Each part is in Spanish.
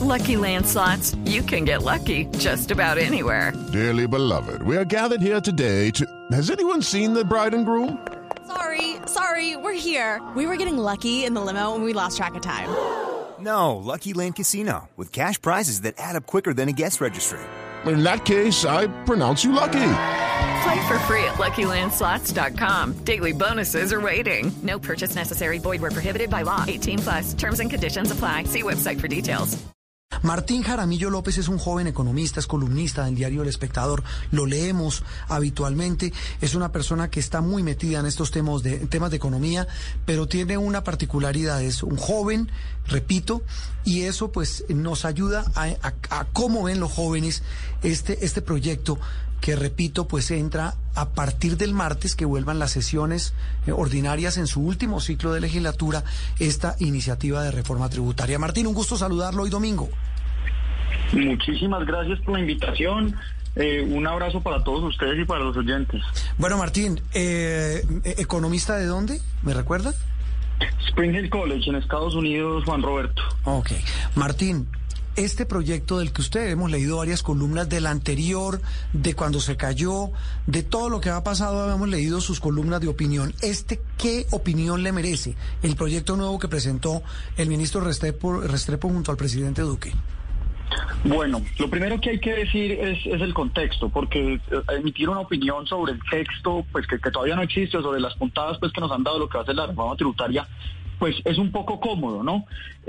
Lucky Land Slots, you can get lucky just about anywhere. Dearly beloved, we are gathered here today to... Has anyone seen the bride and groom? Sorry, we're here. We were getting lucky in the limo and we lost track of time. No, Lucky Land Casino, with cash prizes that add up quicker than a guest registry. In that case, I pronounce you lucky. Play for free at LuckyLandSlots.com. Daily bonuses are waiting. No purchase necessary. Void where prohibited by law. 18+. Terms and conditions apply. See website for details. Martín Jaramillo López es un joven economista, es columnista del diario El Espectador, lo leemos habitualmente, es una persona que está muy metida en estos temas de economía, pero tiene una particularidad, es un joven, repito, y eso pues nos ayuda a cómo ven los jóvenes este proyecto que, repito, pues entra a partir del martes, que vuelvan las sesiones ordinarias en su último ciclo de legislatura, esta iniciativa de reforma tributaria. Martín, un gusto saludarlo hoy domingo. Muchísimas gracias por la invitación. Un abrazo para todos ustedes y para los oyentes. Bueno, Martín, ¿economista de dónde? ¿Me recuerda? Spring Hill College, en Estados Unidos, Juan Roberto. Ok. Martín, este proyecto del que usted hemos leído varias columnas, del anterior, de cuando se cayó, de todo lo que ha pasado, habíamos leído sus columnas de opinión. ¿Qué opinión le merece el proyecto nuevo que presentó el ministro Restrepo junto al presidente Duque? Bueno, lo primero que hay que decir es el contexto, porque emitir una opinión sobre el texto, pues que todavía no existe, o sobre las puntadas pues que nos han dado lo que va a ser la reforma tributaria, pues es un poco cómodo, ¿no?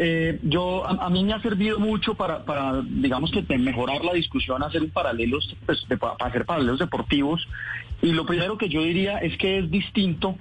A mí me ha servido mucho para digamos que mejorar la discusión, hacer paralelos, pues, para hacer paralelos deportivos. Y lo primero que yo diría es que es distinto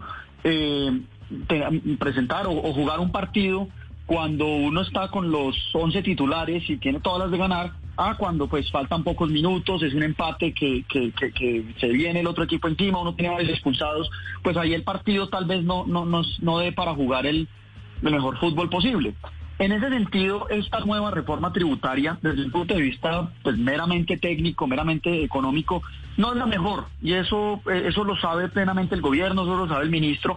presentar o jugar un partido cuando uno está con los 11 titulares y tiene todas las de ganar, cuando pues faltan pocos minutos, es un empate que se viene el otro equipo encima, uno tiene varios expulsados, pues ahí el partido tal vez no dé para jugar el mejor fútbol posible. En ese sentido, esta nueva reforma tributaria, desde el punto de vista pues meramente técnico, meramente económico, no es la mejor, y eso lo sabe plenamente el gobierno, eso lo sabe el ministro,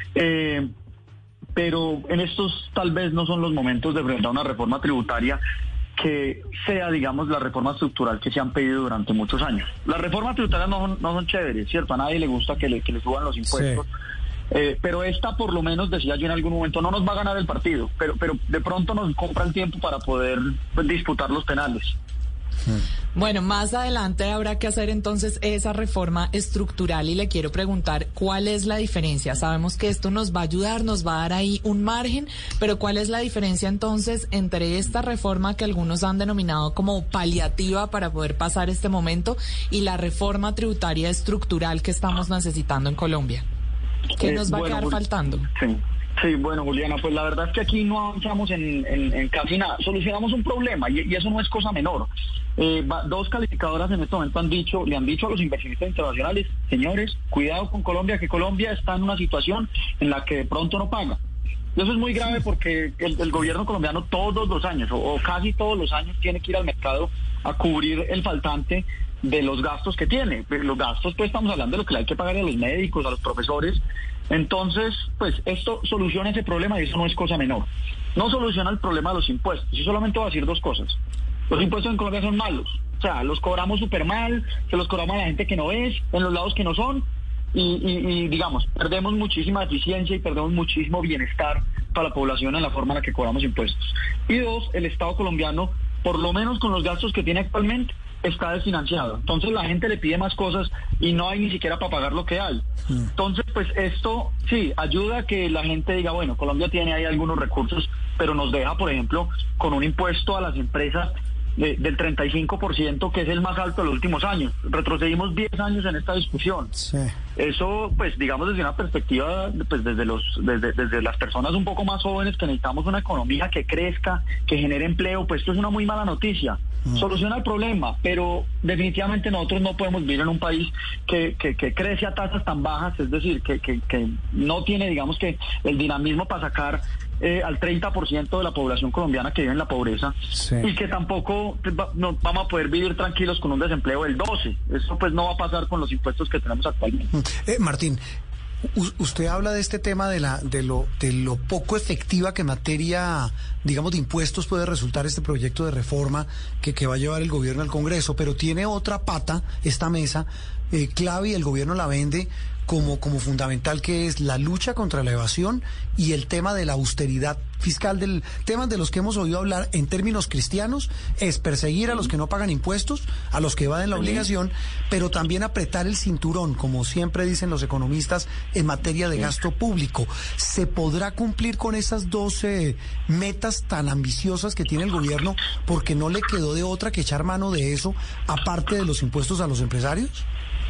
pero en estos tal vez no son los momentos de enfrentar una reforma tributaria que sea, digamos, la reforma estructural que se han pedido durante muchos años. Las reformas tributarias no son chéveres, ¿cierto? A nadie le gusta que le suban los impuestos. Sí. Pero esta, por lo menos, decía yo en algún momento, no nos va a ganar el partido, pero de pronto nos compra el tiempo para poder disputar los penales. Bueno, más adelante habrá que hacer entonces esa reforma estructural y le quiero preguntar cuál es la diferencia. Sabemos que esto nos va a ayudar, nos va a dar ahí un margen, pero ¿cuál es la diferencia entonces entre esta reforma que algunos han denominado como paliativa para poder pasar este momento y la reforma tributaria estructural que estamos necesitando en Colombia? ¿Qué nos va a quedar faltando? Sí, bueno, Juliana, pues la verdad es que aquí no avanzamos en casi nada. Solucionamos un problema y eso no es cosa menor. Dos calificadoras en este momento le han dicho a los inversionistas internacionales, señores, cuidado con Colombia, que Colombia está en una situación en la que de pronto no paga. Y eso es muy grave porque el gobierno colombiano todos los años, o casi todos los años, tiene que ir al mercado a cubrir el faltante de los gastos que tiene. Los gastos, pues estamos hablando de lo que le hay que pagar a los médicos, a los profesores. Entonces, pues esto soluciona ese problema y eso no es cosa menor. No soluciona el problema de los impuestos. Y solamente voy a decir dos cosas. Los impuestos en Colombia son malos. O sea, los cobramos súper mal, se los cobramos a la gente que no es, en los lados que no son. Y digamos, perdemos muchísima eficiencia y perdemos muchísimo bienestar para la población en la forma en la que cobramos impuestos. Y dos, el Estado colombiano, por lo menos con los gastos que tiene actualmente, está desfinanciado. Entonces la gente le pide más cosas y no hay ni siquiera para pagar lo que hay. Entonces, pues esto sí ayuda a que la gente diga, bueno, Colombia tiene ahí algunos recursos, pero nos deja, por ejemplo, con un impuesto a las empresas del 35%, que es el más alto de los últimos años. Retrocedimos 10 años en esta discusión. Sí. Eso, pues, digamos, desde una perspectiva, pues, desde las personas un poco más jóvenes, que necesitamos una economía que crezca, que genere empleo, pues esto es una muy mala noticia. Soluciona el problema, pero definitivamente nosotros no podemos vivir en un país que crece a tasas tan bajas, es decir, que no tiene, digamos, que el dinamismo para sacar al 30% de la población colombiana que vive en la pobreza, sí, y que tampoco no vamos a poder vivir tranquilos con un desempleo del 12%. Eso pues no va a pasar con los impuestos que tenemos actualmente. Martín, Usted habla de este tema de lo poco efectiva que en materia, digamos, de impuestos puede resultar este proyecto de reforma que va a llevar el gobierno al Congreso, pero tiene otra pata esta mesa clave, y el gobierno la vende como fundamental, que es la lucha contra la evasión y el tema de la austeridad fiscal. Del temas de los que hemos oído hablar en términos cristianos es perseguir a los que no pagan impuestos, a los que evaden la obligación, pero también apretar el cinturón, como siempre dicen los economistas, en materia de gasto público. ¿Se podrá cumplir con esas 12 metas tan ambiciosas que tiene el gobierno, porque no le quedó de otra que echar mano de eso, aparte de los impuestos a los empresarios?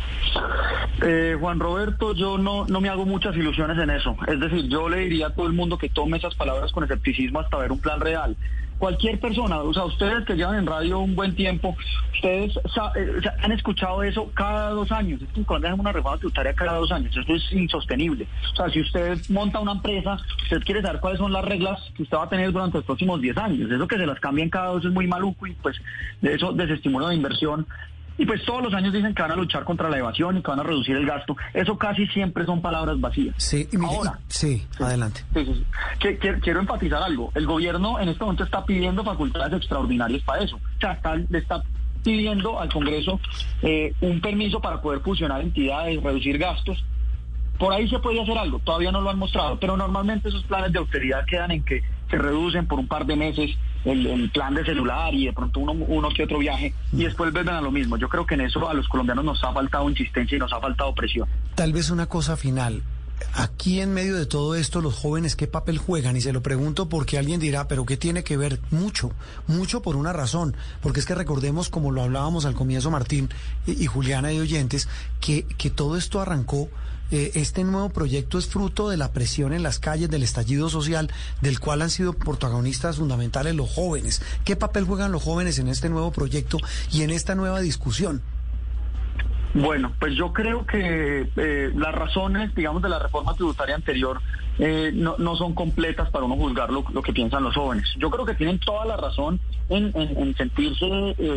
Juan Roberto, yo no me hago muchas ilusiones en eso. Es decir, yo le diría a todo el mundo que tome esas palabras con escepticismo hasta ver un plan real. Cualquier persona, o sea, ustedes que llevan en radio un buen tiempo, ustedes han escuchado eso cada 2 años. Es que en Colombia hacemos una reforma tributaria cada 2 años. Eso es insostenible. O sea, si usted monta una empresa, usted quiere saber cuáles son las reglas que usted va a tener durante los próximos 10 años. Eso que se las cambien cada 2 es muy maluco, y pues de eso desestimula la inversión. Y pues todos los años dicen que van a luchar contra la evasión y que van a reducir el gasto. Eso casi siempre son palabras vacías. Sí, mire, ahora, sí, adelante. Sí. Quiero enfatizar algo. El gobierno en este momento está pidiendo facultades extraordinarias para eso. O sea, le está pidiendo al Congreso un permiso para poder fusionar entidades, reducir gastos. Por ahí se puede hacer algo, todavía no lo han mostrado, pero normalmente esos planes de austeridad quedan en que se reducen por un par de meses el plan de celular y de pronto uno que otro viaje, y después vuelven a lo mismo. Yo creo que en eso a los colombianos nos ha faltado insistencia y nos ha faltado presión. Tal vez una cosa final. Aquí en medio de todo esto, los jóvenes, ¿qué papel juegan? Y se lo pregunto porque alguien dirá, ¿pero qué tiene que ver? Mucho por una razón. Porque es que recordemos, como lo hablábamos al comienzo, Martín y Juliana y oyentes, que todo esto arrancó. Este nuevo proyecto es fruto de la presión en las calles, del estallido social, del cual han sido protagonistas fundamentales los jóvenes. ¿Qué papel juegan los jóvenes en este nuevo proyecto y en esta nueva discusión? Bueno, pues yo creo que las razones, digamos, de la reforma tributaria anterior no son completas para uno juzgar lo que piensan los jóvenes. Yo creo que tienen toda la razón en sentirse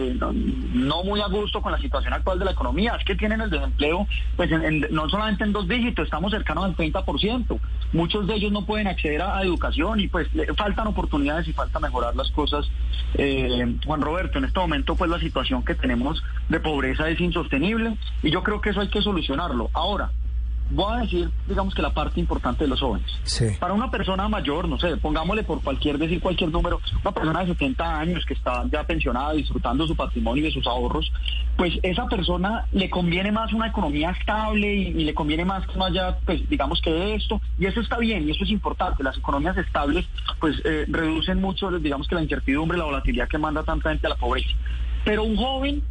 no muy a gusto con la situación actual de la economía. Es que tienen el desempleo, pues no solamente en 2 dígitos, estamos cercanos al 30%. Muchos de ellos no pueden acceder a educación y pues faltan oportunidades y falta mejorar las cosas. Juan Roberto, en este momento pues la situación que tenemos de pobreza es insostenible y yo creo que eso hay que solucionarlo. Ahora, voy a decir, digamos, que la parte importante de los jóvenes. Sí. Para una persona mayor, no sé, pongámosle por decir cualquier número, una persona de 70 años que está ya pensionada, disfrutando su patrimonio y de sus ahorros, pues esa persona le conviene más una economía estable y le conviene más que no haya, pues digamos, que esto, y eso está bien y eso es importante. Las economías estables pues reducen mucho, digamos, que la incertidumbre, la volatilidad que manda tanta gente a la pobreza. Pero un joven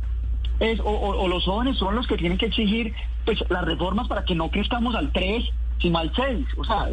o los jóvenes son los que tienen que exigir pues las reformas para que no crezcamos al 3, sino al 6. O sea,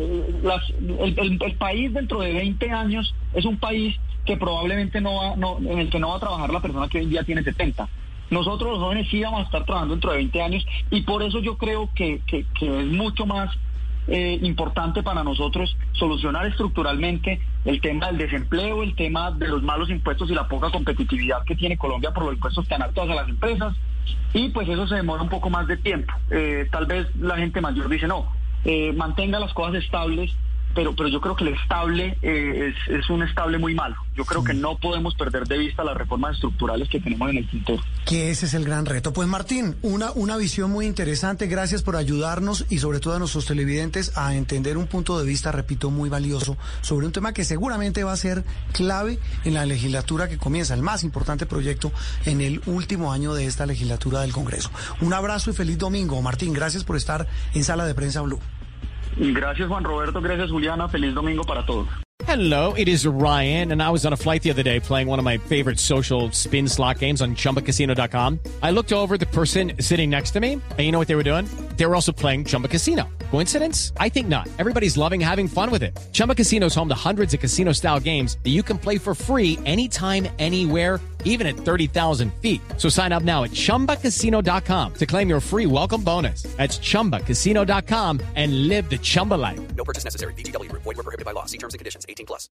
el país dentro de 20 años es un país que probablemente en el que no va a trabajar la persona que hoy en día tiene 70. Nosotros los jóvenes sí vamos a estar trabajando dentro de 20 años y por eso yo creo que es mucho más importante para nosotros solucionar estructuralmente el tema del desempleo, el tema de los malos impuestos y la poca competitividad que tiene Colombia por los impuestos tan altos a las empresas, y pues eso se demora un poco más de tiempo. Tal vez la gente mayor dice no, mantenga las cosas estables, pero yo creo que el estable es un estable muy malo. Yo creo que no podemos perder de vista las reformas estructurales que tenemos en el tintero. Que ese es el gran reto. Pues Martín, una visión muy interesante. Gracias por ayudarnos y sobre todo a nuestros televidentes a entender un punto de vista, repito, muy valioso sobre un tema que seguramente va a ser clave en la legislatura que comienza, el más importante proyecto en el último año de esta legislatura del Congreso. Un abrazo y feliz domingo. Martín, gracias por estar en Sala de Prensa Blue. Gracias, Juan Roberto. Gracias, Juliana. Feliz domingo para todos. Hello, it is Ryan, and I was on a flight the other day playing one of my favorite social spin slot games on ChumbaCasino.com. I looked over at the person sitting next to me, and you know what they were doing? They were also playing Chumba Casino. Coincidence? I think not. Everybody's loving having fun with it. Chumba Casino is home to hundreds of casino-style games that you can play for free anytime, anywhere, even at 30,000 feet. So sign up now at ChumbaCasino.com to claim your free welcome bonus. That's ChumbaCasino.com and live the Chumba life. No purchase necessary. VGW. Void where prohibited by law. See terms and conditions. 18+.